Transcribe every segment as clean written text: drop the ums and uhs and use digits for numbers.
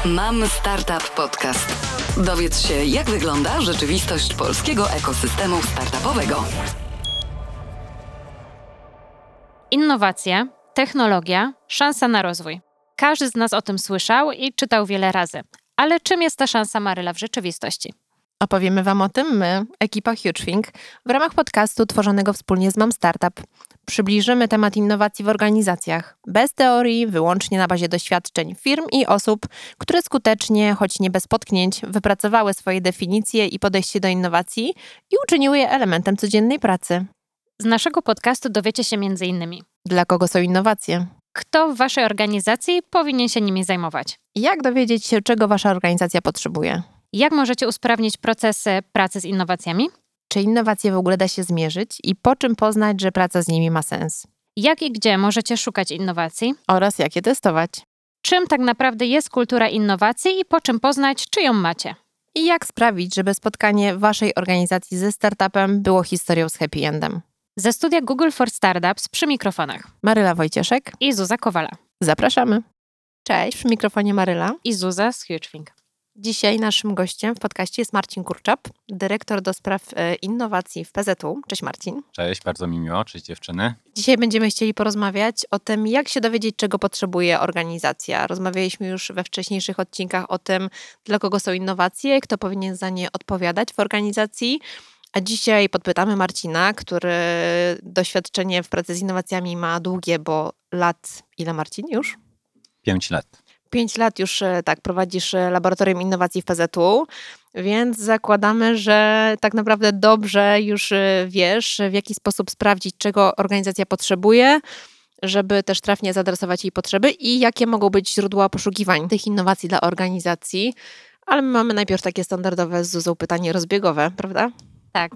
Mam Startup Podcast. Dowiedz się, jak wygląda rzeczywistość polskiego ekosystemu startupowego. Innowacje, technologia, szansa na rozwój. Każdy z nas o tym słyszał i czytał wiele razy. Ale czym jest ta szansa, Maryla, w rzeczywistości? Opowiemy Wam o tym my, ekipa HugeThink, w ramach podcastu tworzonego wspólnie z Mam Startup. Przybliżymy temat innowacji w organizacjach, bez teorii, wyłącznie na bazie doświadczeń firm i osób, które skutecznie, choć nie bez potknięć, wypracowały swoje definicje i podejście do innowacji i uczyniły je elementem codziennej pracy. Z naszego podcastu dowiecie się m.in. Dla kogo są innowacje? Kto w Waszej organizacji powinien się nimi zajmować? Jak dowiedzieć się, czego Wasza organizacja potrzebuje? Jak możecie usprawnić procesy pracy z innowacjami? Czy innowacje w ogóle da się zmierzyć i po czym poznać, że praca z nimi ma sens? Jak i gdzie możecie szukać innowacji? Oraz jak je testować? Czym tak naprawdę jest kultura innowacji i po czym poznać, czy ją macie? I jak sprawić, żeby spotkanie Waszej organizacji ze startupem było historią z happy endem? Ze studia Google for Startups przy mikrofonach Maryla Wojcieszek. i Zuza Kowala. Zapraszamy. Cześć, przy mikrofonie Maryla. I Zuza z HugeThink. Dzisiaj naszym gościem w podcaście jest Marcin Kurczap, dyrektor do spraw innowacji w PZU. Cześć Marcin. Cześć, bardzo mi miło. Cześć dziewczyny. Dzisiaj będziemy chcieli porozmawiać o tym, jak się dowiedzieć, czego potrzebuje organizacja. Rozmawialiśmy już we wcześniejszych odcinkach o tym, dla kogo są innowacje, kto powinien za nie odpowiadać w organizacji. A dzisiaj podpytamy Marcina, który doświadczenie w pracy z innowacjami ma długie, bo lat... Ile Marcin już? 5 lat. 5 lat już tak prowadzisz Laboratorium Innowacji w PZU, więc zakładamy, że tak naprawdę dobrze już wiesz, w jaki sposób sprawdzić, czego organizacja potrzebuje, żeby też trafnie zaadresować jej potrzeby i jakie mogą być źródła poszukiwań tych innowacji dla organizacji. Ale my mamy najpierw takie standardowe z Zuzą pytanie rozbiegowe, prawda? Tak.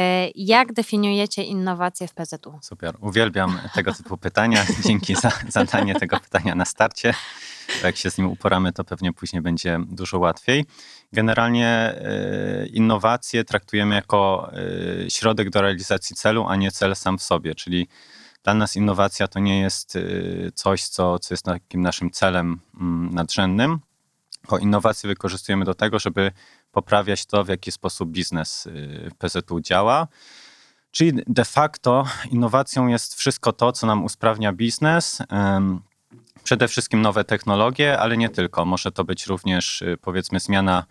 Jak definiujecie innowacje w PZU? Super. Uwielbiam tego typu pytania. Dzięki za zadanie tego pytania na starcie. Bo jak się z nim uporamy, to pewnie później będzie dużo łatwiej. Generalnie innowacje traktujemy jako środek do realizacji celu, a nie cel sam w sobie. Czyli dla nas innowacja to nie jest coś, co jest takim naszym celem nadrzędnym. Bo innowacje wykorzystujemy do tego, żeby poprawiać to, w jaki sposób biznes w PZU działa. Czyli de facto innowacją jest wszystko to, co nam usprawnia biznes. Przede wszystkim nowe technologie, ale nie tylko. Może to być również, powiedzmy, zmiana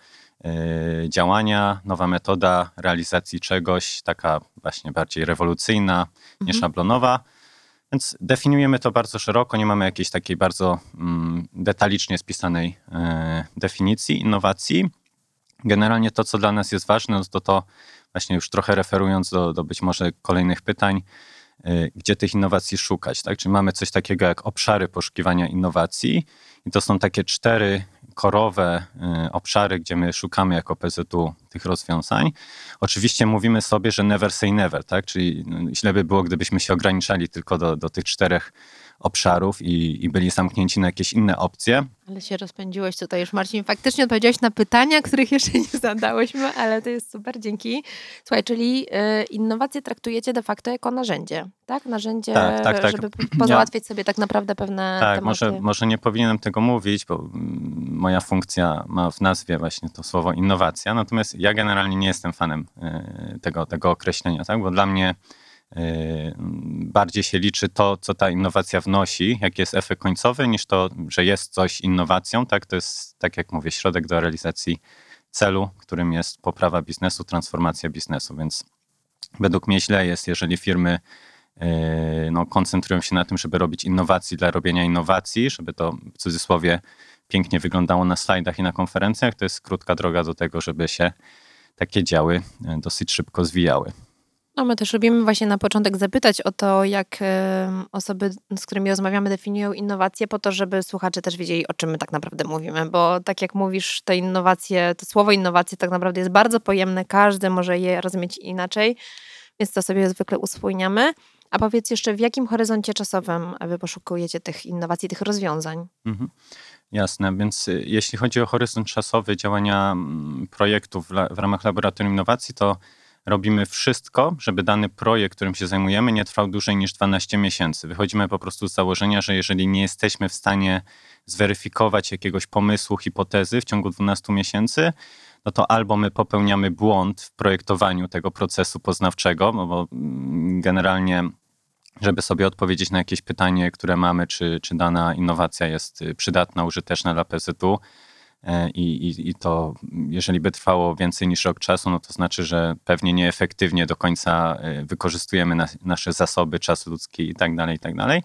działania, nowa metoda realizacji czegoś, taka właśnie bardziej rewolucyjna, nieszablonowa. Więc definiujemy to bardzo szeroko, nie mamy jakiejś takiej bardzo detalicznie spisanej definicji innowacji. Generalnie to, co dla nas jest ważne, to właśnie już trochę referując do być może kolejnych pytań, gdzie tych innowacji szukać. Tak? Czyli mamy coś takiego jak obszary poszukiwania innowacji i to są takie 4 korowe obszary, gdzie my szukamy jako PZU tych rozwiązań. Oczywiście mówimy sobie, że never say never, tak? Czyli źle by było, gdybyśmy się ograniczali tylko do tych 4 obszarów i byli zamknięci na jakieś inne opcje. Ale się rozpędziłeś tutaj już, Marcin. Faktycznie odpowiedziałeś na pytania, których jeszcze nie zadałyśmy, ale to jest super, dzięki. Słuchaj, czyli innowacje traktujecie de facto jako narzędzie, tak? Narzędzie, tak. żeby pozałatwiać sobie tak naprawdę pewne tematy. Tak, może nie powinienem tego mówić, bo moja funkcja ma w nazwie właśnie to słowo innowacja, natomiast ja generalnie nie jestem fanem tego określenia, tak? Bo dla mnie bardziej się liczy to, co ta innowacja wnosi, jaki jest efekt końcowy, niż to, że jest coś innowacją. Tak? To jest, tak jak mówię, środek do realizacji celu, którym jest poprawa biznesu, transformacja biznesu. Więc według mnie źle jest, jeżeli firmy koncentrują się na tym, żeby robić innowacji dla robienia innowacji, żeby to w cudzysłowie pięknie wyglądało na slajdach i na konferencjach. To jest krótka droga do tego, żeby się takie działy dosyć szybko zwijały. No my też lubimy właśnie na początek zapytać o to, jak osoby, z którymi rozmawiamy, definiują innowacje, po to, żeby słuchacze też wiedzieli, o czym my tak naprawdę mówimy, bo tak jak mówisz, te innowacje, to słowo innowacje tak naprawdę jest bardzo pojemne, każdy może je rozumieć inaczej, więc to sobie zwykle uswójniamy. A powiedz jeszcze, w jakim horyzoncie czasowym wy poszukujecie tych innowacji, tych rozwiązań? Jasne, więc jeśli chodzi o horyzont czasowy działania projektów w ramach Laboratorium Innowacji, to robimy wszystko, żeby dany projekt, którym się zajmujemy, nie trwał dłużej niż 12 miesięcy. Wychodzimy po prostu z założenia, że jeżeli nie jesteśmy w stanie zweryfikować jakiegoś pomysłu, hipotezy w ciągu 12 miesięcy, no to albo my popełniamy błąd w projektowaniu tego procesu poznawczego, bo generalnie, żeby sobie odpowiedzieć na jakieś pytanie, które mamy, czy dana innowacja jest przydatna, użyteczna dla PZU, i to, jeżeli by trwało więcej niż rok czasu, no to znaczy, że pewnie nieefektywnie do końca wykorzystujemy nasze zasoby, czas ludzki i tak dalej, i tak dalej.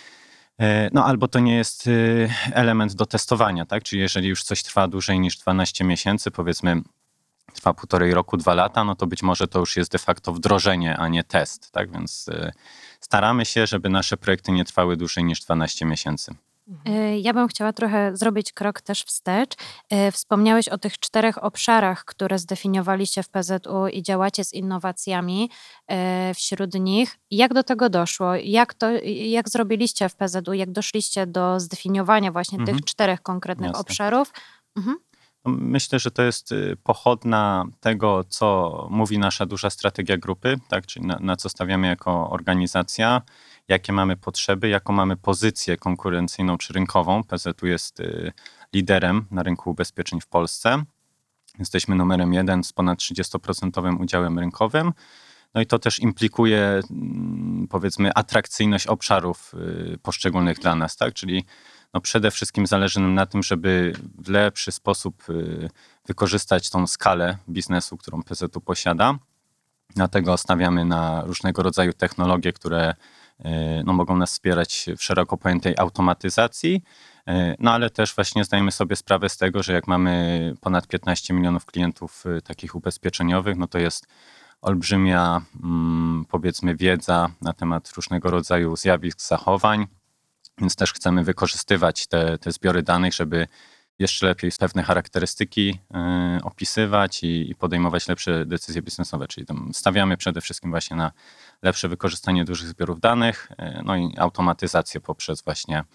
No albo to nie jest element do testowania, tak? Czyli jeżeli już coś trwa dłużej niż 12 miesięcy, powiedzmy trwa 1,5 roku, 2 lata, no to być może to już jest de facto wdrożenie, a nie test, tak? Więc staramy się, żeby nasze projekty nie trwały dłużej niż 12 miesięcy. Ja bym chciała trochę zrobić krok też wstecz. Wspomniałeś o tych 4 obszarach, które zdefiniowaliście w PZU i działacie z innowacjami wśród nich. Jak do tego doszło? Jak zrobiliście w PZU? Jak doszliście do zdefiniowania właśnie tych 4 konkretnych Jasne. obszarów? Myślę, że to jest pochodna tego, co mówi nasza duża strategia grupy, tak? Czyli na co stawiamy jako organizacja, jakie mamy potrzeby, jaką mamy pozycję konkurencyjną czy rynkową. PZU jest liderem na rynku ubezpieczeń w Polsce. Jesteśmy numerem 1 z ponad 30% udziałem rynkowym. No i to też implikuje, powiedzmy, atrakcyjność obszarów poszczególnych dla nas, tak? Czyli no przede wszystkim zależy nam na tym, żeby w lepszy sposób wykorzystać tą skalę biznesu, którą PZU posiada. Dlatego stawiamy na różnego rodzaju technologie, które no, mogą nas wspierać w szeroko pojętej automatyzacji, no ale też właśnie zdajemy sobie sprawę z tego, że jak mamy ponad 15 milionów klientów takich ubezpieczeniowych, no to jest olbrzymia, powiedzmy, wiedza na temat różnego rodzaju zjawisk, zachowań, więc też chcemy wykorzystywać te zbiory danych, żeby jeszcze lepiej pewne charakterystyki opisywać i podejmować lepsze decyzje biznesowe. Czyli tam stawiamy przede wszystkim właśnie na lepsze wykorzystanie dużych zbiorów danych, no i automatyzację poprzez właśnie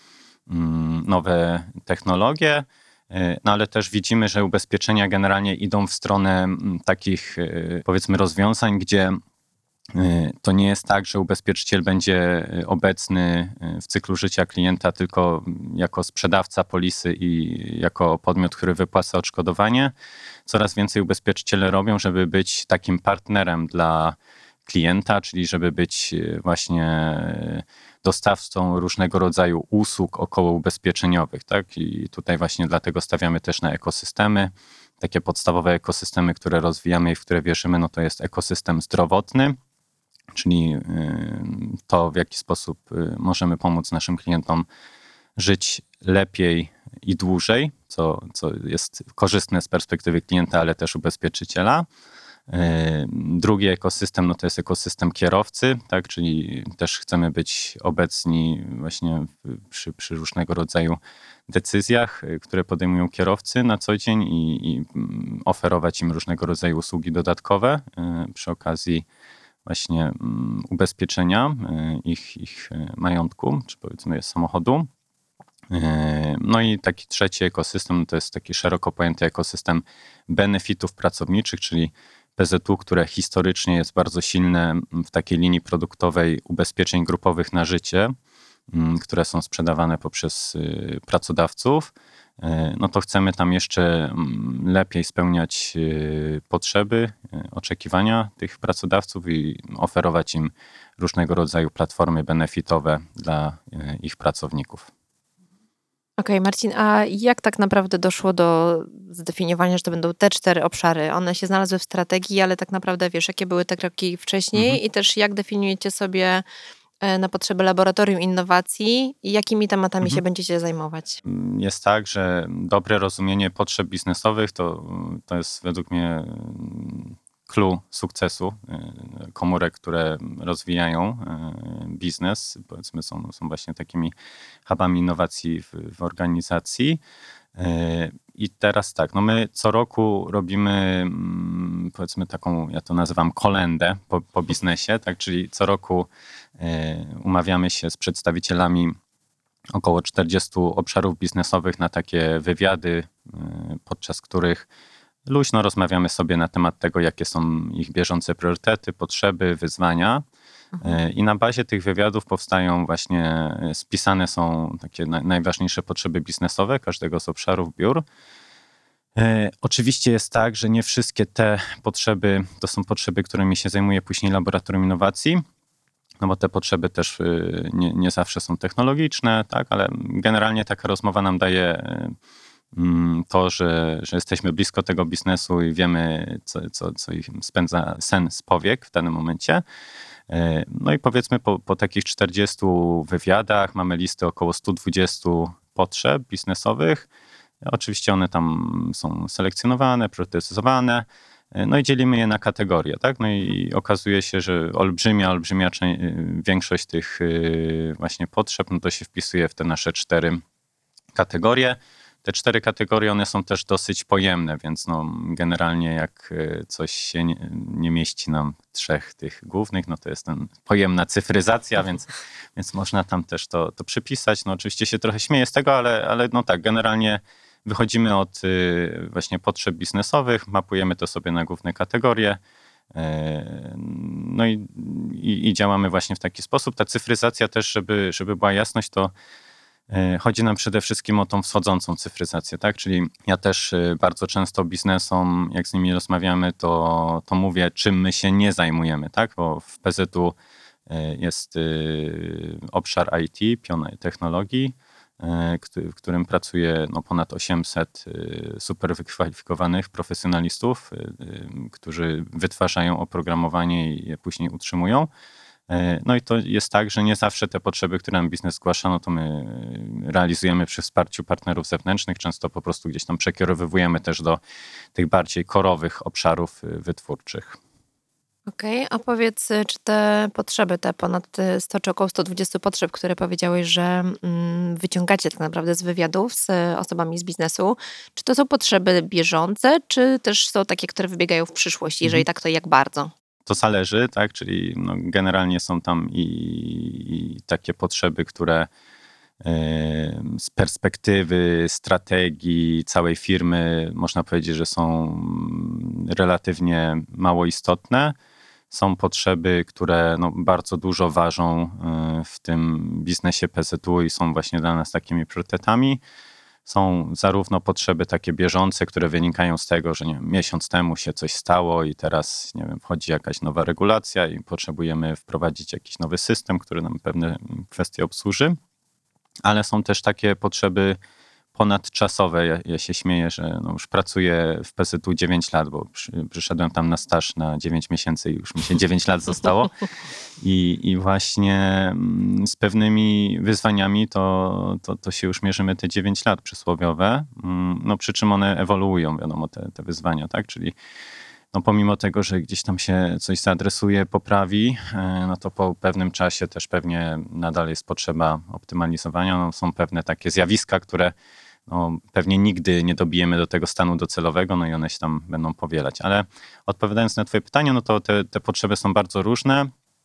nowe technologie. No ale też widzimy, że ubezpieczenia generalnie idą w stronę takich, powiedzmy, rozwiązań, gdzie to nie jest tak, że ubezpieczyciel będzie obecny w cyklu życia klienta tylko jako sprzedawca polisy i jako podmiot, który wypłaca odszkodowanie. Coraz więcej ubezpieczyciele robią, żeby być takim partnerem dla klienta, czyli żeby być właśnie dostawcą różnego rodzaju usług okołoubezpieczeniowych, tak? I tutaj właśnie dlatego stawiamy też na ekosystemy. Takie podstawowe ekosystemy, które rozwijamy i w które wierzymy, no to jest ekosystem zdrowotny, czyli to, w jaki sposób możemy pomóc naszym klientom żyć lepiej i dłużej, co jest korzystne z perspektywy klienta, ale też ubezpieczyciela. Drugi ekosystem, no to jest ekosystem kierowcy, tak, czyli też chcemy być obecni właśnie przy różnego rodzaju decyzjach, które podejmują kierowcy na co dzień i oferować im różnego rodzaju usługi dodatkowe przy okazji właśnie ubezpieczenia ich majątku, czy powiedzmy samochodu. No i taki trzeci ekosystem to jest taki szeroko pojęty ekosystem benefitów pracowniczych, czyli PZU, które historycznie jest bardzo silne w takiej linii produktowej ubezpieczeń grupowych na życie, które są sprzedawane poprzez pracodawców. No to chcemy tam jeszcze lepiej spełniać potrzeby, oczekiwania tych pracodawców i oferować im różnego rodzaju platformy benefitowe dla ich pracowników. Okej, Marcin, a jak tak naprawdę doszło do zdefiniowania, że to będą te 4 obszary? One się znalazły w strategii, ale tak naprawdę wiesz, jakie były te kroki wcześniej i też jak definiujecie sobie na potrzeby laboratorium innowacji i jakimi tematami się będziecie zajmować? Jest tak, że dobre rozumienie potrzeb biznesowych to jest według mnie clue sukcesu komórek, które rozwijają biznes. Powiedzmy są właśnie takimi hubami innowacji w organizacji. I teraz tak, no my co roku robimy, powiedzmy taką, ja to nazywam kolędę po biznesie, tak, czyli co roku umawiamy się z przedstawicielami około 40 obszarów biznesowych na takie wywiady, podczas których luźno rozmawiamy sobie na temat tego, jakie są ich bieżące priorytety, potrzeby, wyzwania. I na bazie tych wywiadów powstają właśnie, spisane są takie najważniejsze potrzeby biznesowe każdego z obszarów biur. Oczywiście jest tak, że nie wszystkie te potrzeby to są potrzeby, którymi się zajmuje później Laboratorium Innowacji, no bo te potrzeby też nie zawsze są technologiczne, tak, ale generalnie taka rozmowa nam daje to, że jesteśmy blisko tego biznesu i wiemy, co ich spędza sen z powiek w danym momencie. No i powiedzmy po takich 40 wywiadach mamy listę około 120 potrzeb biznesowych. Oczywiście one tam są selekcjonowane, priorytetyzowane, no i dzielimy je na kategorie, tak? No i okazuje się, że olbrzymia większość tych właśnie potrzeb, no to się wpisuje w te nasze 4 kategorie. Te 4 kategorie, one są też dosyć pojemne, więc no generalnie jak coś się nie mieści nam w 3 tych głównych, no to jest pojemna cyfryzacja, więc można tam też to przypisać. No oczywiście się trochę śmieję z tego, ale no tak, generalnie wychodzimy od właśnie potrzeb biznesowych, mapujemy to sobie na główne kategorie, no i działamy właśnie w taki sposób. Ta cyfryzacja też, żeby była jasność, to chodzi nam przede wszystkim o tą wschodzącą cyfryzację, tak? Czyli ja też bardzo często biznesom, jak z nimi rozmawiamy, to mówię, czym my się nie zajmujemy, tak? Bo w PZU jest obszar IT, pion technologii, w którym pracuje ponad 800 super wykwalifikowanych profesjonalistów, którzy wytwarzają oprogramowanie i je później utrzymują. No i to jest tak, że nie zawsze te potrzeby, które nam biznes zgłasza, no to my realizujemy przy wsparciu partnerów zewnętrznych. Często po prostu gdzieś tam przekierowujemy też do tych bardziej korowych obszarów wytwórczych. Okej, a powiedz, czy te potrzeby, te ponad 100 czy około 120 potrzeb, które powiedziałeś, że wyciągacie tak naprawdę z wywiadów z osobami z biznesu, czy to są potrzeby bieżące, czy też są takie, które wybiegają w przyszłość? Jeżeli tak, to jak bardzo? To zależy, tak? Czyli no generalnie są tam i takie potrzeby, które z perspektywy strategii całej firmy można powiedzieć, że są relatywnie mało istotne. Są potrzeby, które no bardzo dużo ważą w tym biznesie PZU i są właśnie dla nas takimi priorytetami. Są zarówno potrzeby takie bieżące, które wynikają z tego, że nie wiem, miesiąc temu się coś stało i teraz nie wiem, wchodzi jakaś nowa regulacja i potrzebujemy wprowadzić jakiś nowy system, który nam pewne kwestie obsłuży. Ale są też takie potrzeby ponadczasowe. Ja się śmieję, że no już pracuję w PZU 9 lat, bo przyszedłem tam na staż na 9 miesięcy i już mi się 9 lat zostało. I właśnie z pewnymi wyzwaniami to się już mierzymy te 9 lat przysłowiowe. No przy czym one ewoluują, wiadomo, te wyzwania, tak? Czyli no pomimo tego, że gdzieś tam się coś zaadresuje, poprawi, no to po pewnym czasie też pewnie nadal jest potrzeba optymalizowania. No są pewne takie zjawiska, które no pewnie nigdy nie dobijemy do tego stanu docelowego, no i one się tam będą powielać. Ale odpowiadając na twoje pytanie, no to te potrzeby są bardzo różne.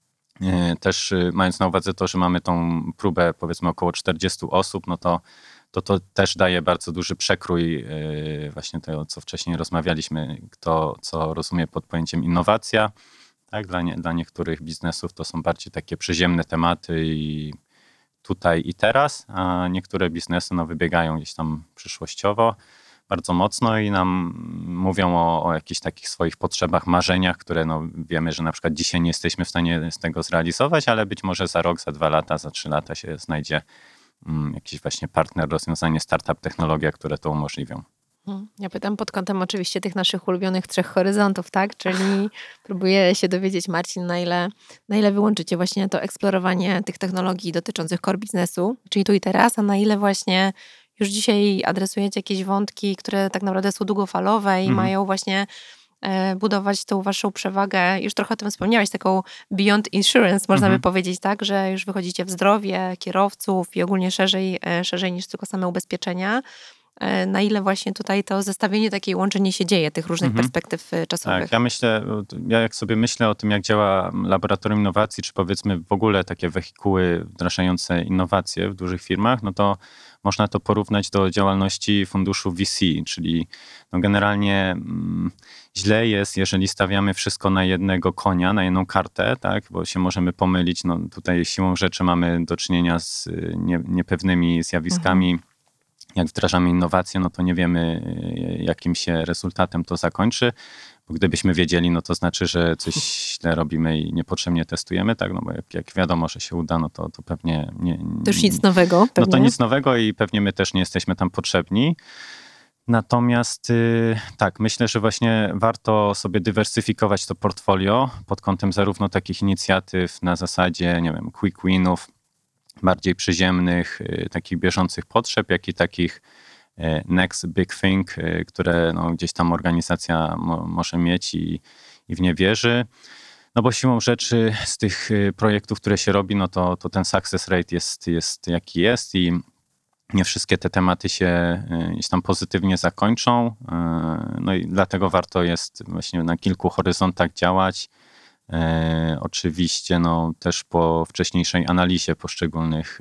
Też mając na uwadze to, że mamy tą próbę powiedzmy około 40 osób, no to też daje bardzo duży przekrój właśnie tego, co wcześniej rozmawialiśmy, kto co rozumie pod pojęciem innowacja. Tak? Dla niektórych biznesów to są bardziej takie przyziemne tematy i tutaj i teraz, a niektóre biznesy no, wybiegają gdzieś tam przyszłościowo bardzo mocno i nam mówią o jakichś takich swoich potrzebach, marzeniach, które no, wiemy, że na przykład dzisiaj nie jesteśmy w stanie z tego zrealizować, ale być może za rok, za 2 lata, za 3 lata się znajdzie jakiś właśnie partner, rozwiązanie, startup, technologia, które to umożliwią. Ja pytam pod kątem oczywiście tych naszych ulubionych 3 horyzontów, tak? Czyli próbuję się dowiedzieć, Marcin, na ile wyłączycie właśnie to eksplorowanie tych technologii dotyczących core biznesu, czyli tu i teraz, a na ile właśnie już dzisiaj adresujecie jakieś wątki, które tak naprawdę są długofalowe i mają właśnie budować tą waszą przewagę. Już trochę o tym wspomniałeś, taką beyond insurance, można by powiedzieć, tak? Że już wychodzicie w zdrowie kierowców i ogólnie szerzej niż tylko same ubezpieczenia. Na ile właśnie tutaj to zestawienie, takie łączenie się dzieje, tych różnych perspektyw czasowych. Tak, ja jak sobie myślę o tym, jak działa laboratorium innowacji, czy powiedzmy w ogóle takie wehikuły wdrażające innowacje w dużych firmach, no to można to porównać do działalności funduszu VC, czyli no generalnie źle jest, jeżeli stawiamy wszystko na jednego konia, na jedną kartę, tak, bo się możemy pomylić. No tutaj siłą rzeczy mamy do czynienia z niepewnymi zjawiskami. Jak wdrażamy innowacje, no to nie wiemy, jakim się rezultatem to zakończy. Bo gdybyśmy wiedzieli, no to znaczy, że coś źle robimy i niepotrzebnie testujemy, tak? No bo jak wiadomo, że się uda, no to pewnie nie. To już nic nowego. Pewnie. No to nic nowego i pewnie my też nie jesteśmy tam potrzebni. Natomiast tak, myślę, że właśnie warto sobie dywersyfikować to portfolio pod kątem zarówno takich inicjatyw na zasadzie, nie wiem, quick winów, bardziej przyziemnych, takich bieżących potrzeb, jak i takich next big thing, które no, gdzieś tam organizacja może mieć i w nie wierzy. No bo siłą rzeczy z tych projektów, które się robi, no to ten success rate jest jaki jest i nie wszystkie te tematy się gdzieś tam pozytywnie zakończą. No i dlatego warto jest właśnie na kilku horyzontach działać. Oczywiście no, też po wcześniejszej analizie poszczególnych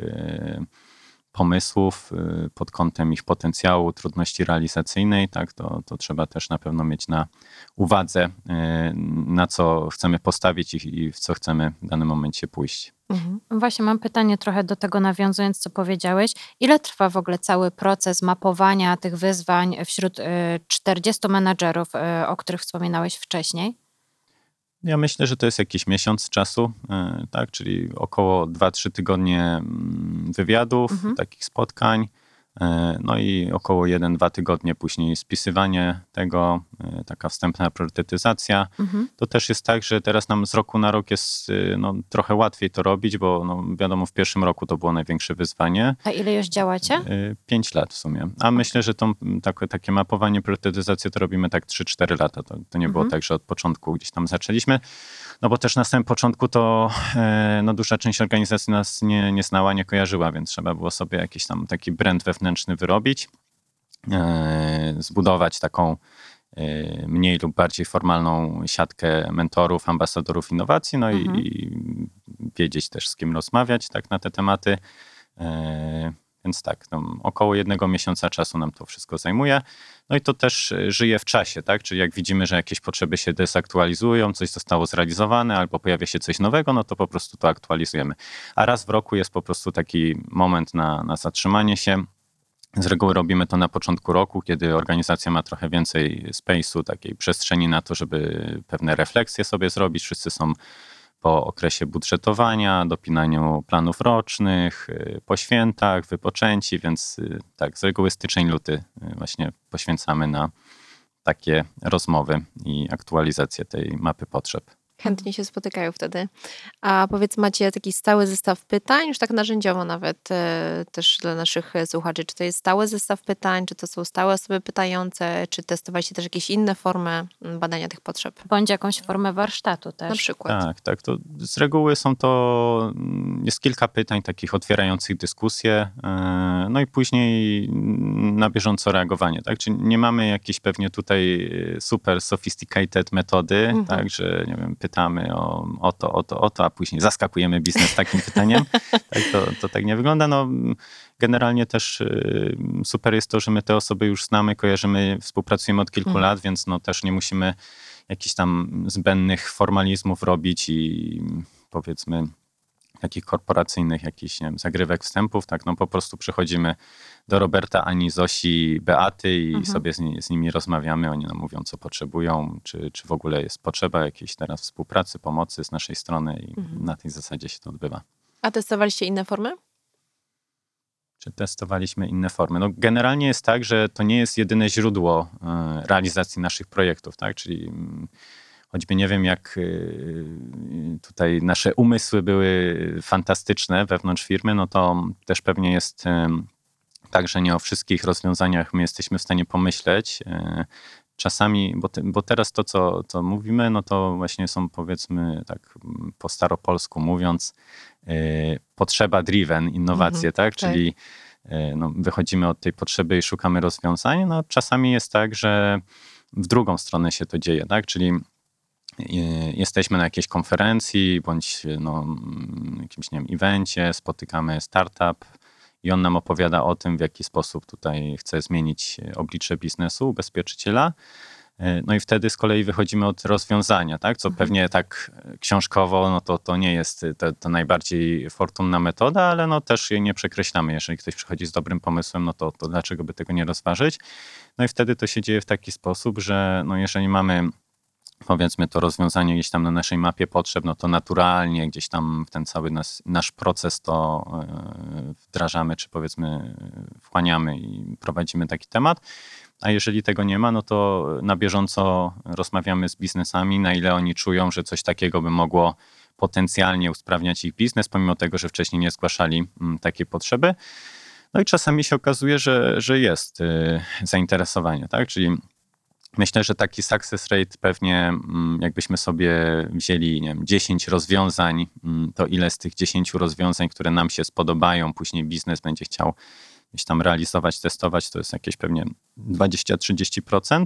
pomysłów pod kątem ich potencjału, trudności realizacyjnej, tak, to trzeba też na pewno mieć na uwadze, na co chcemy postawić i w co chcemy w danym momencie pójść. Właśnie mam pytanie trochę do tego nawiązując, co powiedziałeś. Ile trwa w ogóle cały proces mapowania tych wyzwań wśród 40 menadżerów, o których wspominałeś wcześniej? Ja myślę, że to jest jakiś miesiąc czasu, tak, czyli około 2-3 tygodnie wywiadów, takich spotkań, no i około 1-2 tygodnie później spisywanie tego, taka wstępna priorytetyzacja. To też jest tak, że teraz nam z roku na rok jest no, trochę łatwiej to robić, bo no, wiadomo, w pierwszym roku to było największe wyzwanie. A ile już działacie? 5 lat w sumie. A myślę, że takie mapowanie, priorytetyzację to robimy tak 3-4 lata. To nie było tak, że od początku gdzieś tam zaczęliśmy. No bo też na samym początku to no, duża część organizacji nas nie znała, nie kojarzyła, więc trzeba było sobie jakiś tam taki brand wewnętrzny wyrobić, zbudować taką mniej lub bardziej formalną siatkę mentorów, ambasadorów innowacji, no i wiedzieć też, z kim rozmawiać tak na te tematy. Więc tak, no, około 1 miesiąca czasu nam to wszystko zajmuje. No i to też żyje w czasie, tak? Czyli jak widzimy, że jakieś potrzeby się dezaktualizują, coś zostało zrealizowane albo pojawia się coś nowego, no to po prostu to aktualizujemy. A raz w roku jest po prostu taki moment na zatrzymanie się. Z reguły robimy to na początku roku, kiedy organizacja ma trochę więcej space'u, takiej przestrzeni na to, żeby pewne refleksje sobie zrobić. Wszyscy są po okresie budżetowania, dopinaniu planów rocznych, po świętach, wypoczęci, więc tak, z reguły styczeń, luty właśnie poświęcamy na takie rozmowy i aktualizację tej mapy potrzeb. Chętnie się spotykają wtedy. A powiedz, macie taki stały zestaw pytań, już tak narzędziowo nawet też dla naszych słuchaczy. Czy to jest stały zestaw pytań, czy to są stałe osoby pytające, czy testowaliście też jakieś inne formy badania tych potrzeb? Bądź jakąś formę warsztatu też. Na przykład. Tak. To z reguły jest kilka pytań takich otwierających dyskusję, no i później na bieżąco reagowanie, tak? Czyli nie mamy jakiejś pewnie tutaj super sophisticated metody, tak, że nie wiem, pytamy o to, a później zaskakujemy biznes takim pytaniem. Tak, to tak nie wygląda. No, generalnie też super jest to, że my te osoby już znamy, kojarzymy, współpracujemy od kilku lat, więc no też nie musimy jakichś tam zbędnych formalizmów robić i powiedzmy takich korporacyjnych jakichś, nie wiem, zagrywek wstępów, tak, no po prostu przychodzimy do Roberta, Ani, Zosi, Beaty i sobie z nimi rozmawiamy, oni nam mówią, co potrzebują, czy w ogóle jest potrzeba jakiejś teraz współpracy, pomocy z naszej strony i na tej zasadzie się to odbywa. A testowaliście inne formy? Czy testowaliśmy inne formy? No generalnie jest tak, że to nie jest jedyne źródło realizacji naszych projektów, tak, czyli choćby nie wiem, jak tutaj nasze umysły były fantastyczne wewnątrz firmy, no to też pewnie jest tak, że nie o wszystkich rozwiązaniach my jesteśmy w stanie pomyśleć. Czasami, bo teraz to, co mówimy, no to właśnie są, powiedzmy tak po staropolsku mówiąc, potrzeba driven innowacje, tak? Czyli no, wychodzimy od tej potrzeby i szukamy rozwiązań. No, czasami jest tak, że w drugą stronę się to dzieje, tak? Czyli jesteśmy na jakiejś konferencji bądź no, jakimś, nie wiem, evencie, spotykamy startup i on nam opowiada o tym, w jaki sposób tutaj chce zmienić oblicze biznesu ubezpieczyciela. No i wtedy z kolei wychodzimy od rozwiązania, tak? Co pewnie tak książkowo, no to nie jest to najbardziej fortunna metoda, ale no też jej nie przekreślamy. Jeżeli ktoś przychodzi z dobrym pomysłem, no to dlaczego by tego nie rozważyć? No i wtedy to się dzieje w taki sposób, że no jeżeli mamy, powiedzmy, to rozwiązanie gdzieś tam na naszej mapie potrzeb, no to naturalnie gdzieś tam w ten cały nasz proces to wdrażamy, czy powiedzmy wchłaniamy i prowadzimy taki temat. A jeżeli tego nie ma, no to na bieżąco rozmawiamy z biznesami, na ile oni czują, że coś takiego by mogło potencjalnie usprawniać ich biznes, pomimo tego, że wcześniej nie zgłaszali takiej potrzeby. No i czasami się okazuje, że jest zainteresowanie, tak? Czyli myślę, że taki success rate pewnie jakbyśmy sobie wzięli, nie wiem, 10 rozwiązań, to ile z tych 10 rozwiązań, które nam się spodobają, później biznes będzie chciał gdzieś tam realizować, testować, to jest jakieś pewnie 20-30%.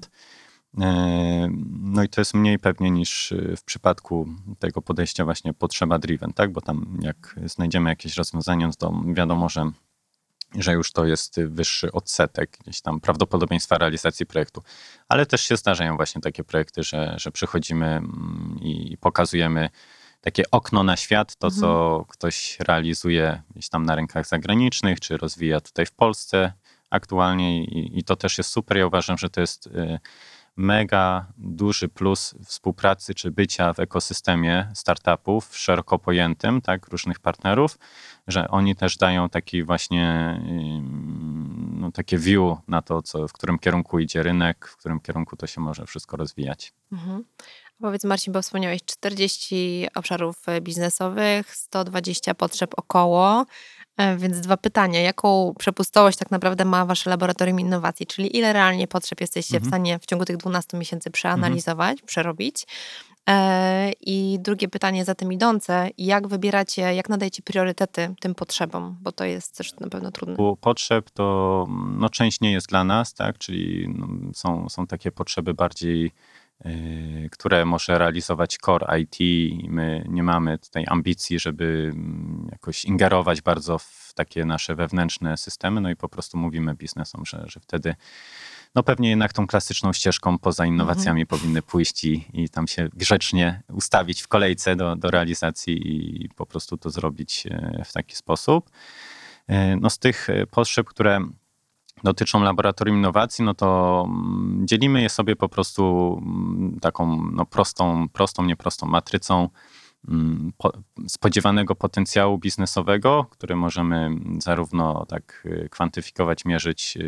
No i to jest mniej pewnie niż w przypadku tego podejścia właśnie potrzeba driven, tak? Bo tam jak znajdziemy jakieś rozwiązanie, to wiadomo, że już to jest wyższy odsetek, gdzieś tam prawdopodobieństwa realizacji projektu. Ale też się zdarzają właśnie takie projekty, że przychodzimy i pokazujemy takie okno na świat, to co ktoś realizuje gdzieś tam na rynkach zagranicznych, czy rozwija tutaj w Polsce aktualnie i to też jest super. Ja uważam, że to jest mega duży plus współpracy czy bycia w ekosystemie startupów szeroko pojętym, tak, różnych partnerów, że oni też dają taki właśnie no, takie view na to, w którym kierunku idzie rynek, w którym kierunku to się może wszystko rozwijać. Powiedz, Marcin, bo wspomniałeś 40 obszarów biznesowych, 120 potrzeb około, więc 2 pytania. Jaką przepustowość tak naprawdę ma wasze laboratorium innowacji? Czyli ile realnie potrzeb jesteście w stanie w ciągu tych 12 miesięcy przeanalizować, przerobić? I drugie pytanie za tym idące, jak wybieracie, jak nadajecie priorytety tym potrzebom, bo to jest też na pewno trudne. U potrzeb to no, część nie jest dla nas, tak? Czyli no, są takie potrzeby bardziej, które może realizować core IT. My nie mamy tutaj ambicji, żeby jakoś ingerować bardzo w takie nasze wewnętrzne systemy, no i po prostu mówimy biznesom, że wtedy no pewnie jednak tą klasyczną ścieżką poza innowacjami powinny pójść i tam się grzecznie ustawić w kolejce do realizacji i po prostu to zrobić w taki sposób. No z tych potrzeb, które dotyczą laboratorium innowacji, no to dzielimy je sobie po prostu taką no prostą, nieprostą matrycą spodziewanego potencjału biznesowego, który możemy zarówno tak kwantyfikować, mierzyć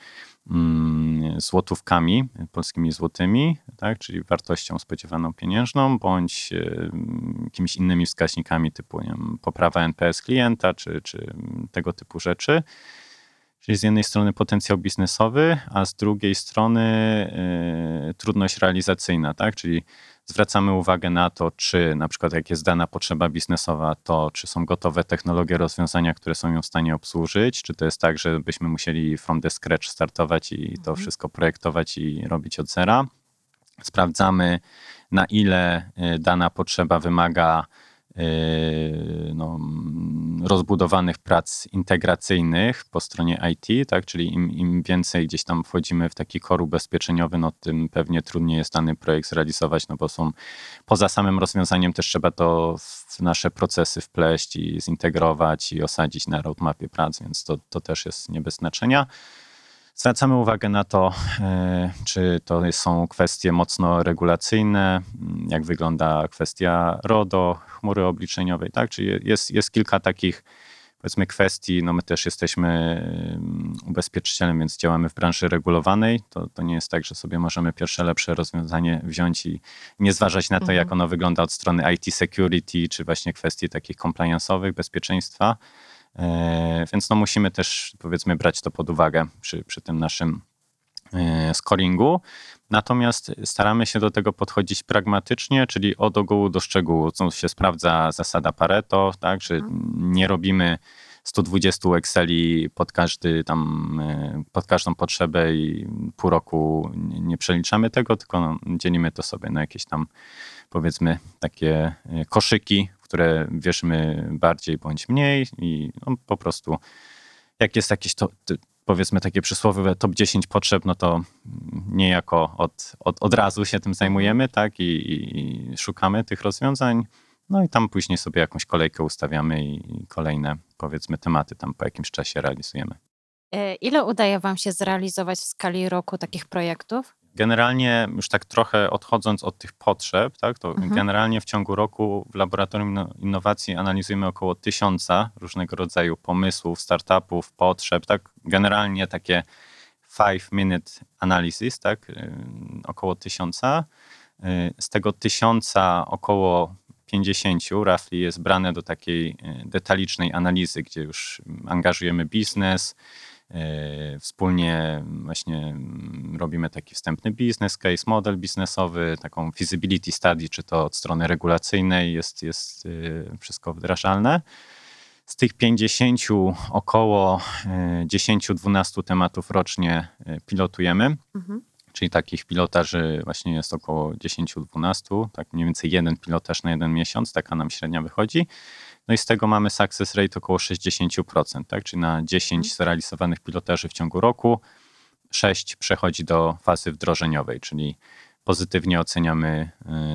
złotówkami, polskimi złotymi, tak, czyli wartością spodziewaną pieniężną, bądź jakimiś innymi wskaźnikami typu, nie wiem, poprawa NPS klienta, czy tego typu rzeczy. Czyli z jednej strony potencjał biznesowy, a z drugiej strony trudność realizacyjna, tak? Czyli zwracamy uwagę na to, czy na przykład jak jest dana potrzeba biznesowa, to czy są gotowe technologie, rozwiązania, które są ją w stanie obsłużyć, czy to jest tak, że byśmy musieli from the scratch startować i to wszystko projektować i robić od zera. Sprawdzamy, na ile dana potrzeba wymaga no, rozbudowanych prac integracyjnych po stronie IT, tak? Czyli im więcej gdzieś tam wchodzimy w taki core ubezpieczeniowy, no tym pewnie trudniej jest dany projekt zrealizować, no bo poza samym rozwiązaniem też trzeba to w nasze procesy wpleść i zintegrować i osadzić na roadmapie prac, więc to też jest nie bez znaczenia. Zwracamy uwagę na to, czy to są kwestie mocno regulacyjne, jak wygląda kwestia RODO, chmury obliczeniowej, tak? Czyli jest kilka takich, powiedzmy, kwestii. No my też jesteśmy ubezpieczycielem, więc działamy w branży regulowanej. To nie jest tak, że sobie możemy pierwsze lepsze rozwiązanie wziąć i nie zważać na to, jak ono wygląda od strony IT security, czy właśnie kwestii takich compliance'owych, bezpieczeństwa. Więc no musimy też, powiedzmy, brać to pod uwagę przy tym naszym scoringu. Natomiast staramy się do tego podchodzić pragmatycznie, czyli od ogółu do szczegółu. Co się sprawdza zasada Pareto, tak, że nie robimy 120 Exceli pod każdą potrzebę i pół roku nie przeliczamy tego, tylko dzielimy to sobie na jakieś tam, powiedzmy, takie koszyki, w które wierzymy bardziej bądź mniej i po prostu jak jest jakieś powiedzmy takie przysłowiowe top 10 potrzeb, no to niejako od razu się tym zajmujemy, tak, i szukamy tych rozwiązań. No i tam później sobie jakąś kolejkę ustawiamy i kolejne, powiedzmy, tematy tam po jakimś czasie realizujemy. Ile udaje wam się zrealizować w skali roku takich projektów? Generalnie już tak trochę odchodząc od tych potrzeb, tak, to generalnie w ciągu roku w Laboratorium Innowacji analizujemy około 1000 różnego rodzaju pomysłów, startupów, potrzeb, tak, generalnie takie 5-minute analysis, tak, około 1000. Z tego 1000 około 50 roughly jest brane do takiej detalicznej analizy, gdzie już angażujemy biznes, wspólnie właśnie robimy taki wstępny business case, model biznesowy, taką feasibility study, czy to od strony regulacyjnej jest wszystko wdrażalne. Z tych 50 około 10-12 tematów rocznie pilotujemy. Czyli takich pilotaży właśnie jest około 10-12, tak mniej więcej jeden pilotaż na jeden miesiąc, taka nam średnia wychodzi. No i z tego mamy success rate około 60%, tak? Czyli na 10 zrealizowanych pilotaży w ciągu roku 6 przechodzi do fazy wdrożeniowej, czyli pozytywnie oceniamy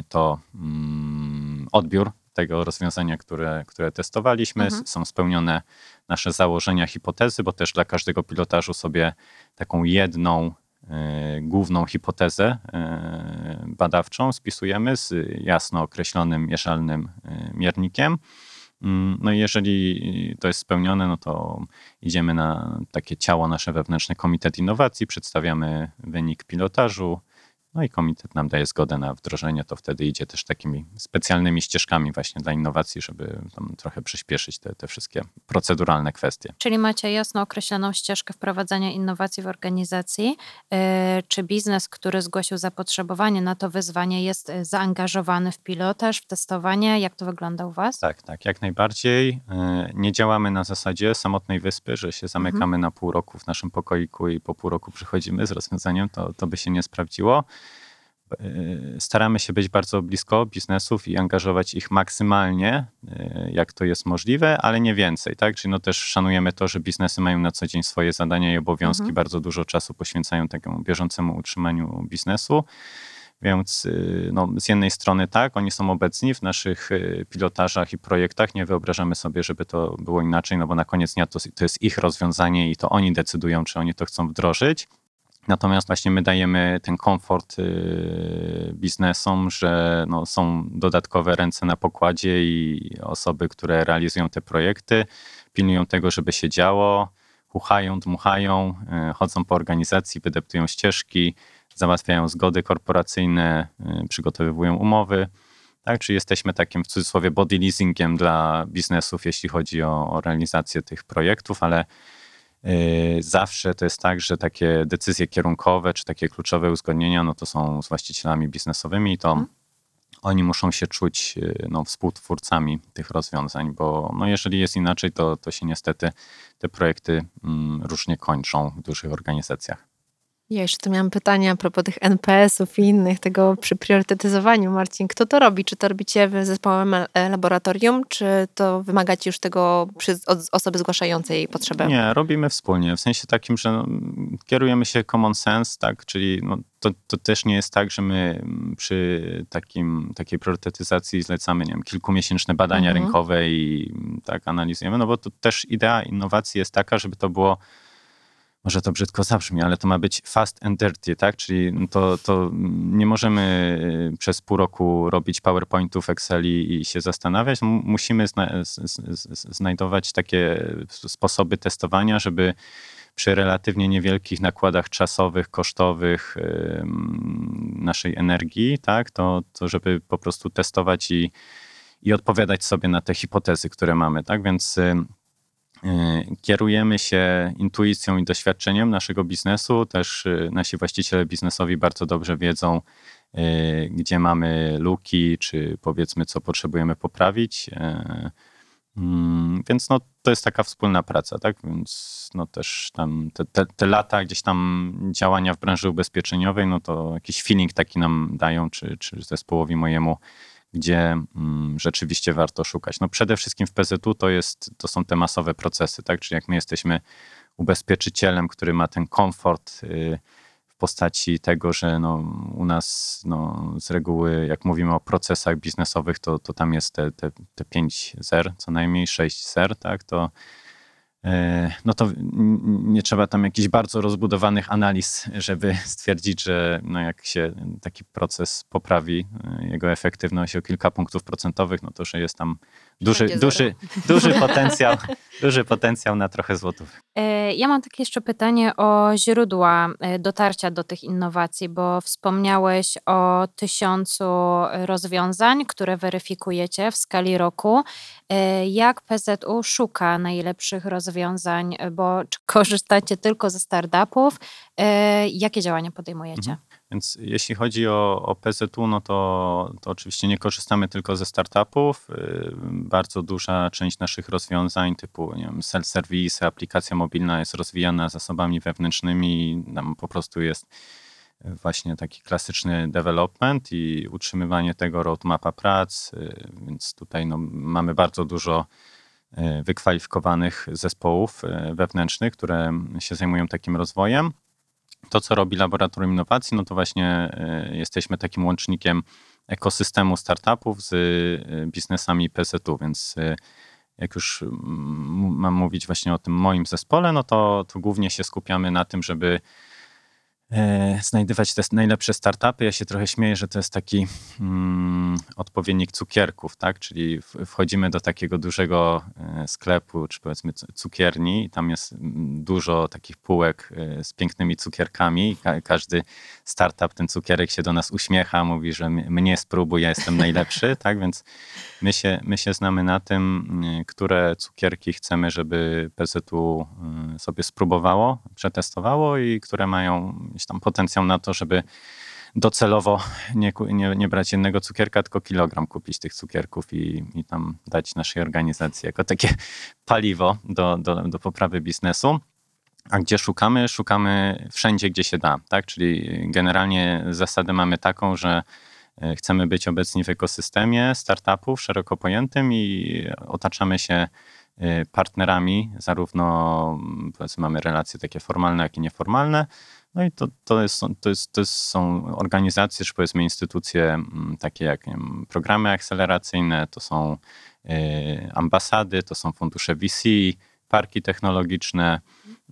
odbiór tego rozwiązania, które testowaliśmy. Są spełnione nasze założenia, hipotezy, bo też dla każdego pilotażu sobie taką jedną główną hipotezę badawczą spisujemy z jasno określonym, mierzalnym miernikiem. No i jeżeli to jest spełnione, no to idziemy na takie ciało nasze wewnętrzne, Komitet Innowacji, przedstawiamy wynik pilotażu, no i komitet nam daje zgodę na wdrożenie, to wtedy idzie też takimi specjalnymi ścieżkami właśnie dla innowacji, żeby tam trochę przyspieszyć te wszystkie proceduralne kwestie. Czyli macie jasno określoną ścieżkę wprowadzania innowacji w organizacji. Czy biznes, który zgłosił zapotrzebowanie na to wyzwanie, jest zaangażowany w pilotaż, w testowanie? Jak to wygląda u was? Tak, jak najbardziej. Nie działamy na zasadzie samotnej wyspy, że się zamykamy na pół roku w naszym pokoiku i po pół roku przychodzimy z rozwiązaniem, to by się nie sprawdziło. Staramy się być bardzo blisko biznesów i angażować ich maksymalnie, jak to jest możliwe, ale nie więcej, tak? Czyli no też szanujemy to, że biznesy mają na co dzień swoje zadania i obowiązki, bardzo dużo czasu poświęcają takiemu bieżącemu utrzymaniu biznesu, więc no, z jednej strony tak, oni są obecni w naszych pilotażach i projektach, nie wyobrażamy sobie, żeby to było inaczej, no bo na koniec dnia to jest ich rozwiązanie i to oni decydują, czy oni to chcą wdrożyć. Natomiast właśnie my dajemy ten komfort biznesom, że no, są dodatkowe ręce na pokładzie i osoby, które realizują te projekty, pilnują tego, żeby się działo, chuchają, dmuchają, chodzą po organizacji, wydeptują ścieżki, załatwiają zgody korporacyjne, przygotowują umowy. Tak? Czyli jesteśmy takim w cudzysłowie body leasingiem dla biznesów, jeśli chodzi o realizację tych projektów, ale zawsze to jest tak, że takie decyzje kierunkowe czy takie kluczowe uzgodnienia, no to są z właścicielami biznesowymi i to oni muszą się czuć no, współtwórcami tych rozwiązań, bo no, jeżeli jest inaczej, to się niestety te projekty różnie kończą w dużych organizacjach. Ja jeszcze tu miałam pytania a propos tych NPS-ów i innych, tego przy priorytetyzowaniu. Marcin, kto to robi? Czy to robicie wy z zespołem laboratorium, czy to wymagacie już tego od osoby zgłaszającej potrzebę? Nie, robimy wspólnie, w sensie takim, że no, kierujemy się common sense, tak, czyli no, to też nie jest tak, że my przy takiej priorytetyzacji zlecamy, nie wiem, kilkumiesięczne badania rynkowe i tak analizujemy, no bo to też idea innowacji jest taka, żeby to było, może to brzydko zabrzmi, ale to ma być fast and dirty, tak? Czyli to nie możemy przez pół roku robić PowerPointów, Exceli i się zastanawiać. Musimy znajdować takie sposoby testowania, żeby przy relatywnie niewielkich nakładach czasowych, kosztowych naszej energii, tak? To żeby po prostu testować i odpowiadać sobie na te hipotezy, które mamy, tak? Więc kierujemy się intuicją i doświadczeniem naszego biznesu. Też nasi właściciele biznesowi bardzo dobrze wiedzą, gdzie mamy luki, czy powiedzmy, co potrzebujemy poprawić. Więc no, to jest taka wspólna praca, tak? Więc no też tam te lata gdzieś tam działania w branży ubezpieczeniowej, no to jakiś feeling taki nam dają, czy zespołowi mojemu, gdzie rzeczywiście warto szukać. No przede wszystkim w PZU to są te masowe procesy, tak? Czyli jak my jesteśmy ubezpieczycielem, który ma ten komfort w postaci tego, że no, u nas no, z reguły, jak mówimy o procesach biznesowych, to tam jest te 5 zer, co najmniej 6 zer, tak? No to nie trzeba tam jakichś bardzo rozbudowanych analiz, żeby stwierdzić, że no jak się taki proces poprawi, jego efektywność o kilka punktów procentowych, no to że jest tam duży potencjał na trochę złotów. Ja mam takie jeszcze pytanie o źródła dotarcia do tych innowacji, bo wspomniałeś o 1000 rozwiązań, które weryfikujecie w skali roku. Jak PZU szuka najlepszych rozwiązań, bo czy korzystacie tylko ze startupów? Jakie działania podejmujecie? Więc jeśli chodzi o PZU, no to oczywiście nie korzystamy tylko ze startupów. Bardzo duża część naszych rozwiązań typu nie wiem, self-service, aplikacja mobilna jest rozwijana zasobami wewnętrznymi. Nam po prostu jest właśnie taki klasyczny development i utrzymywanie tego roadmapa prac. Więc tutaj no, mamy bardzo dużo wykwalifikowanych zespołów wewnętrznych, które się zajmują takim rozwojem. To, co robi Laboratorium Innowacji, no to właśnie jesteśmy takim łącznikiem ekosystemu startupów z biznesami PZU, więc jak już mam mówić właśnie o tym moim zespole, no to głównie się skupiamy na tym, żeby znajdywać te najlepsze startupy. Ja się trochę śmieję, że to jest taki odpowiednik cukierków, tak? Czyli wchodzimy do takiego dużego sklepu, czy powiedzmy cukierni i tam jest dużo takich półek z pięknymi cukierkami. Każdy startup, ten cukierek się do nas uśmiecha, mówi, że mnie spróbuj, ja jestem najlepszy, tak? Więc my się znamy na tym, które cukierki chcemy, żeby PZU sobie spróbowało, przetestowało i które mają gdzieś tam potencjał na to, żeby docelowo nie brać jednego cukierka, tylko kilogram kupić tych cukierków i tam dać naszej organizacji jako takie paliwo do poprawy biznesu. A gdzie szukamy? Szukamy wszędzie, gdzie się da, tak? Czyli generalnie zasadę mamy taką, że chcemy być obecni w ekosystemie startupów szeroko pojętym i otaczamy się partnerami, zarówno powiedzmy mamy relacje takie formalne, jak i nieformalne. No i to są organizacje, czy powiedzmy instytucje takie jak nie wiem, programy akceleracyjne, to są ambasady, to są fundusze VC, parki technologiczne.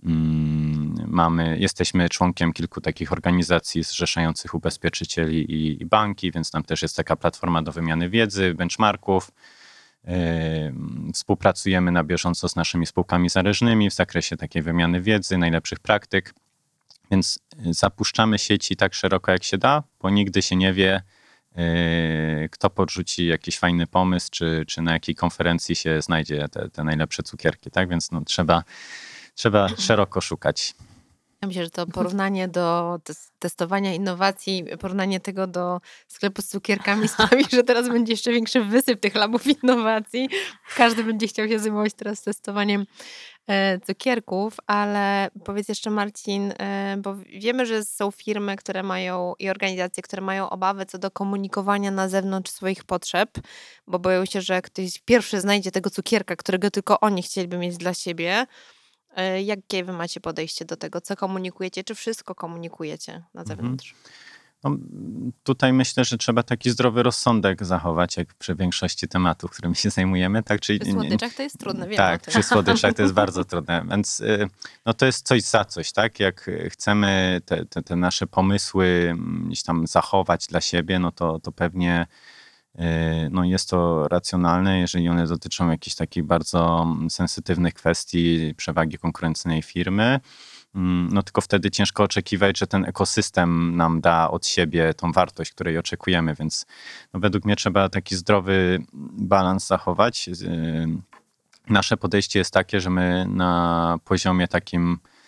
Jesteśmy członkiem kilku takich organizacji zrzeszających ubezpieczycieli i banki, więc tam też jest taka platforma do wymiany wiedzy, benchmarków. Współpracujemy na bieżąco z naszymi spółkami zależnymi w zakresie takiej wymiany wiedzy, najlepszych praktyk. Więc zapuszczamy sieci tak szeroko, jak się da, bo nigdy się nie wie, kto podrzuci jakiś fajny pomysł, czy na jakiej konferencji się znajdzie te najlepsze cukierki. Tak? Więc no, trzeba szeroko szukać. Ja myślę, że to porównanie do testowania innowacji, porównanie tego do sklepu z cukierkami sprawi, że teraz będzie jeszcze większy wysyp tych labów innowacji. Każdy będzie chciał się zajmować teraz testowaniem cukierków, ale powiedz jeszcze Marcin, bo wiemy, że są firmy, które mają i organizacje, które mają obawy co do komunikowania na zewnątrz swoich potrzeb, bo boją się, że ktoś pierwszy znajdzie tego cukierka, którego tylko oni chcieliby mieć dla siebie. Jakie wy macie podejście do tego? Co komunikujecie? Czy wszystko komunikujecie na zewnątrz? No, tutaj myślę, że trzeba taki zdrowy rozsądek zachować, jak przy większości tematów, którymi się zajmujemy. Tak? Czyli, przy słodyczach to jest trudne, wiem tak, o tym. przy słodyczach to jest bardzo trudne, więc no, to jest coś za coś. Tak? Jak chcemy te nasze pomysły gdzieś tam zachować dla siebie, no to pewnie no jest to racjonalne, jeżeli one dotyczą jakichś takich bardzo sensytywnych kwestii przewagi konkurencyjnej firmy. No tylko wtedy ciężko oczekiwać, że ten ekosystem nam da od siebie tą wartość, której oczekujemy, więc no według mnie trzeba taki zdrowy balans zachować. Nasze podejście jest takie, że my na poziomie takim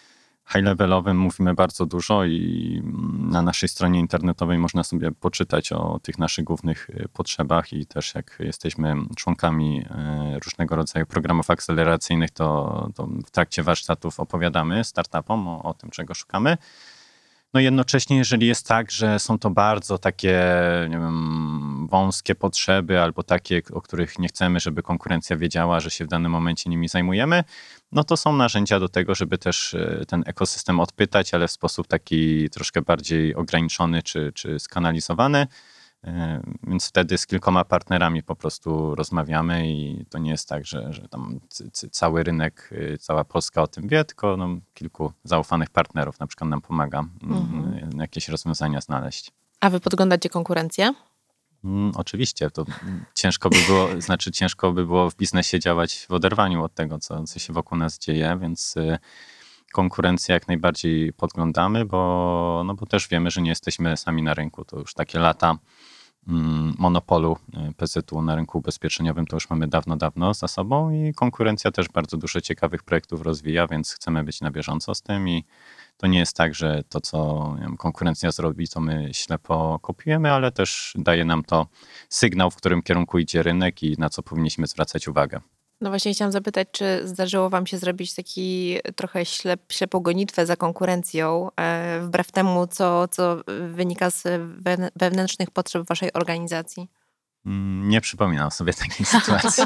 high-levelowym mówimy bardzo dużo i na naszej stronie internetowej można sobie poczytać o tych naszych głównych potrzebach i też jak jesteśmy członkami różnego rodzaju programów akceleracyjnych, to w trakcie warsztatów opowiadamy startupom o tym, czego szukamy. No jednocześnie, jeżeli jest tak, że są to bardzo takie, nie wiem, wąskie potrzeby albo takie, o których nie chcemy, żeby konkurencja wiedziała, że się w danym momencie nimi zajmujemy, no to są narzędzia do tego, żeby też ten ekosystem odpytać, ale w sposób taki troszkę bardziej ograniczony czy skanalizowany. Więc wtedy z kilkoma partnerami po prostu rozmawiamy i to nie jest tak, że tam cały rynek, cała Polska o tym wie, tylko no, kilku zaufanych partnerów na przykład nam pomaga jakieś rozwiązania znaleźć. A wy podglądacie konkurencję? Oczywiście, to ciężko by było w biznesie działać w oderwaniu od tego, co się wokół nas dzieje, więc konkurencję jak najbardziej podglądamy, bo też wiemy, że nie jesteśmy sami na rynku. To już takie lata monopolu PZU na rynku ubezpieczeniowym to już mamy dawno za sobą i konkurencja też bardzo dużo ciekawych projektów rozwija, więc chcemy być na bieżąco z tym i to nie jest tak, że to, co konkurencja zrobi, to my ślepo kopiujemy, ale też daje nam to sygnał, w którym kierunku idzie rynek i na co powinniśmy zwracać uwagę. No właśnie chciałam zapytać, czy zdarzyło wam się zrobić taki trochę ślepą gonitwę za konkurencją, wbrew temu, co wynika z wewnętrznych potrzeb waszej organizacji? Nie przypominam sobie takiej sytuacji.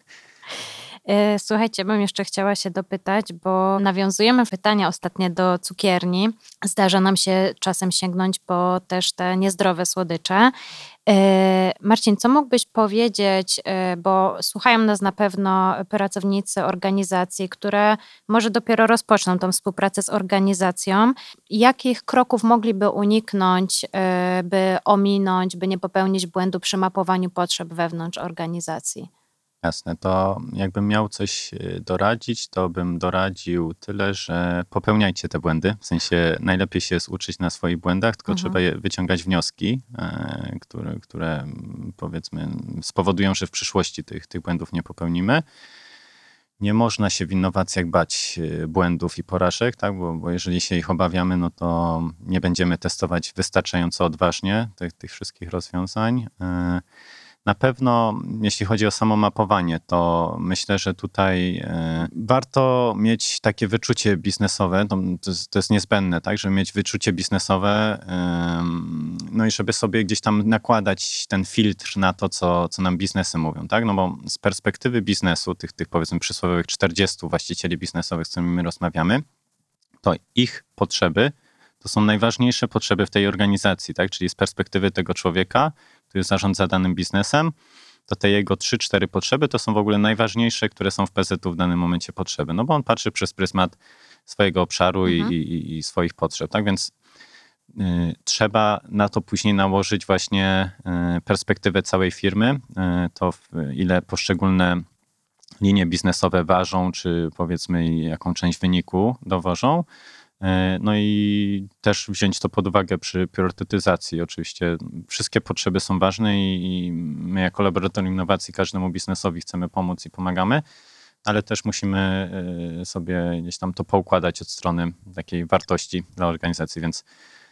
Słuchajcie, bym jeszcze chciała się dopytać, bo nawiązujemy pytania ostatnie do cukierni. Zdarza nam się czasem sięgnąć po też te niezdrowe słodycze. Marcin, co mógłbyś powiedzieć, bo słuchają nas na pewno pracownicy organizacji, które może dopiero rozpoczną tą współpracę z organizacją. Jakich kroków mogliby uniknąć, by ominąć, by nie popełnić błędu przy mapowaniu potrzeb wewnątrz organizacji? Jasne, to jakbym miał coś doradzić, to bym doradził tyle, że popełniajcie te błędy. W sensie najlepiej się jest uczyć na swoich błędach, tylko trzeba wyciągać wnioski, które powiedzmy spowodują, że w przyszłości tych błędów nie popełnimy. Nie można się w innowacjach bać błędów i porażek, tak? Bo jeżeli się ich obawiamy, no to nie będziemy testować wystarczająco odważnie tych wszystkich rozwiązań. Na pewno, jeśli chodzi o samo mapowanie, to myślę, że tutaj warto mieć takie wyczucie biznesowe, to jest niezbędne, tak, żeby mieć wyczucie biznesowe, no i żeby sobie gdzieś tam nakładać ten filtr na to, co nam biznesy mówią, tak, no bo z perspektywy biznesu, tych powiedzmy przysłowiowych 40 właścicieli biznesowych, z którymi my rozmawiamy, to ich potrzeby to są najważniejsze potrzeby w tej organizacji, tak? Czyli z perspektywy tego człowieka, który zarządza danym biznesem, to te jego 3-4 potrzeby to są w ogóle najważniejsze, które są w PZU w danym momencie potrzeby. No bo on patrzy przez pryzmat swojego obszaru i swoich potrzeb, tak? Więc trzeba na to później nałożyć właśnie perspektywę całej firmy, to ile poszczególne linie biznesowe ważą, czy powiedzmy jaką część wyniku dowożą. No i też wziąć to pod uwagę przy priorytetyzacji. Oczywiście wszystkie potrzeby są ważne i my jako Laboratorium Innowacji każdemu biznesowi chcemy pomóc i pomagamy, ale też musimy sobie gdzieś tam to poukładać od strony takiej wartości dla organizacji, więc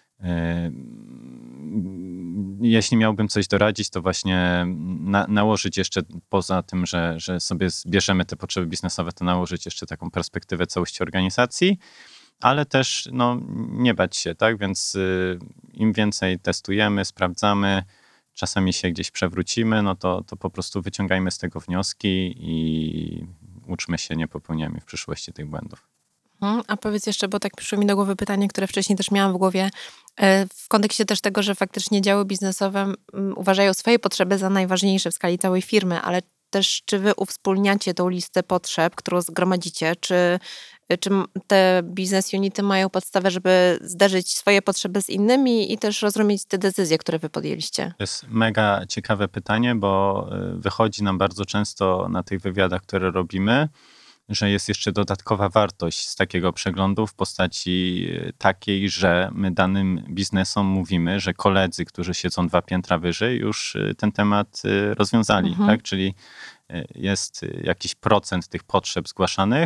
jeśli miałbym coś doradzić, to właśnie nałożyć jeszcze poza tym, że sobie zbierzemy te potrzeby biznesowe, to nałożyć jeszcze taką perspektywę całości organizacji, ale też no, nie bać się, tak? Więc im więcej testujemy, sprawdzamy, czasami się gdzieś przewrócimy, no to po prostu wyciągajmy z tego wnioski i uczmy się, nie popełniamy w przyszłości tych błędów. A powiedz jeszcze, bo tak przyszło mi do głowy pytanie, które wcześniej też miałam w głowie, w kontekście też tego, że faktycznie działy biznesowe uważają swoje potrzeby za najważniejsze w skali całej firmy, ale też czy wy uwspólniacie tą listę potrzeb, którą zgromadzicie, czy te business unity mają podstawę, żeby zderzyć swoje potrzeby z innymi i też rozumieć te decyzje, które wy podjęliście? To jest mega ciekawe pytanie, bo wychodzi nam bardzo często na tych wywiadach, które robimy, że jest jeszcze dodatkowa wartość z takiego przeglądu w postaci takiej, że my danym biznesom mówimy, że koledzy, którzy siedzą 2 piętra wyżej, już ten temat rozwiązali, tak? Czyli jest jakiś procent tych potrzeb zgłaszanych,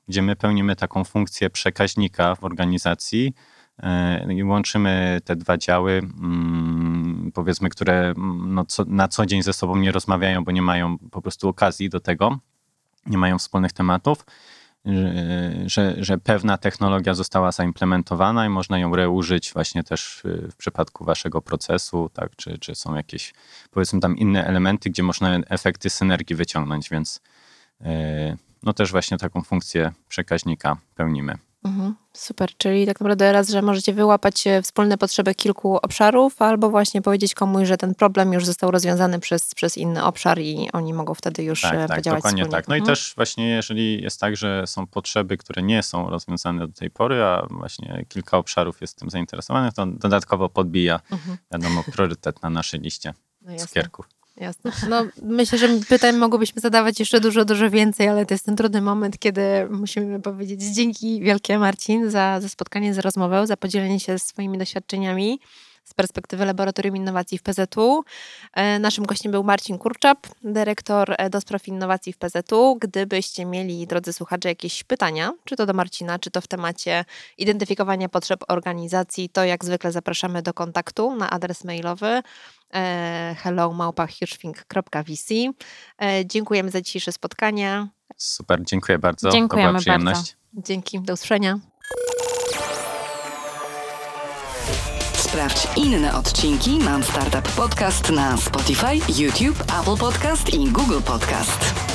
gdzie my pełnimy taką funkcję przekaźnika w organizacji i łączymy te dwa działy, powiedzmy, które na co dzień ze sobą nie rozmawiają, bo nie mają po prostu okazji do tego, nie mają wspólnych tematów, że pewna technologia została zaimplementowana i można ją reużyć właśnie też w przypadku waszego procesu, tak? Czy są jakieś, powiedzmy, tam inne elementy, gdzie można efekty synergii wyciągnąć, więc też właśnie taką funkcję przekaźnika pełnimy. Super, czyli tak naprawdę raz, że możecie wyłapać wspólne potrzeby kilku obszarów, albo właśnie powiedzieć komuś, że ten problem już został rozwiązany przez inny obszar i oni mogą wtedy już podziałać dokładnie wspólnie. tak. No i też właśnie jeżeli jest tak, że są potrzeby, które nie są rozwiązane do tej pory, a właśnie kilka obszarów jest tym zainteresowanych, to dodatkowo podbija, wiadomo, priorytet na naszej liście cukierków. Jasne. No, myślę, że pytań mogłybyśmy zadawać jeszcze dużo więcej, ale to jest ten trudny moment, kiedy musimy powiedzieć dzięki wielkie, Marcin, za spotkanie, za rozmowę, za podzielenie się swoimi doświadczeniami z perspektywy Laboratorium Innowacji w PZU. Naszym gościem był Marcin Kurczap, dyrektor do spraw innowacji w PZU. Gdybyście mieli, drodzy słuchacze, jakieś pytania, czy to do Marcina, czy to w temacie identyfikowania potrzeb organizacji, to jak zwykle zapraszamy do kontaktu na adres mailowy hello@hirschfink.vc. Dziękujemy za dzisiejsze spotkanie. Super, dziękuję bardzo. Dziękujemy to była przyjemność. bardzo. Dzięki, do usłyszenia. Sprawdź inne odcinki Mam Startup Podcast na Spotify, YouTube, Apple Podcast i Google Podcast.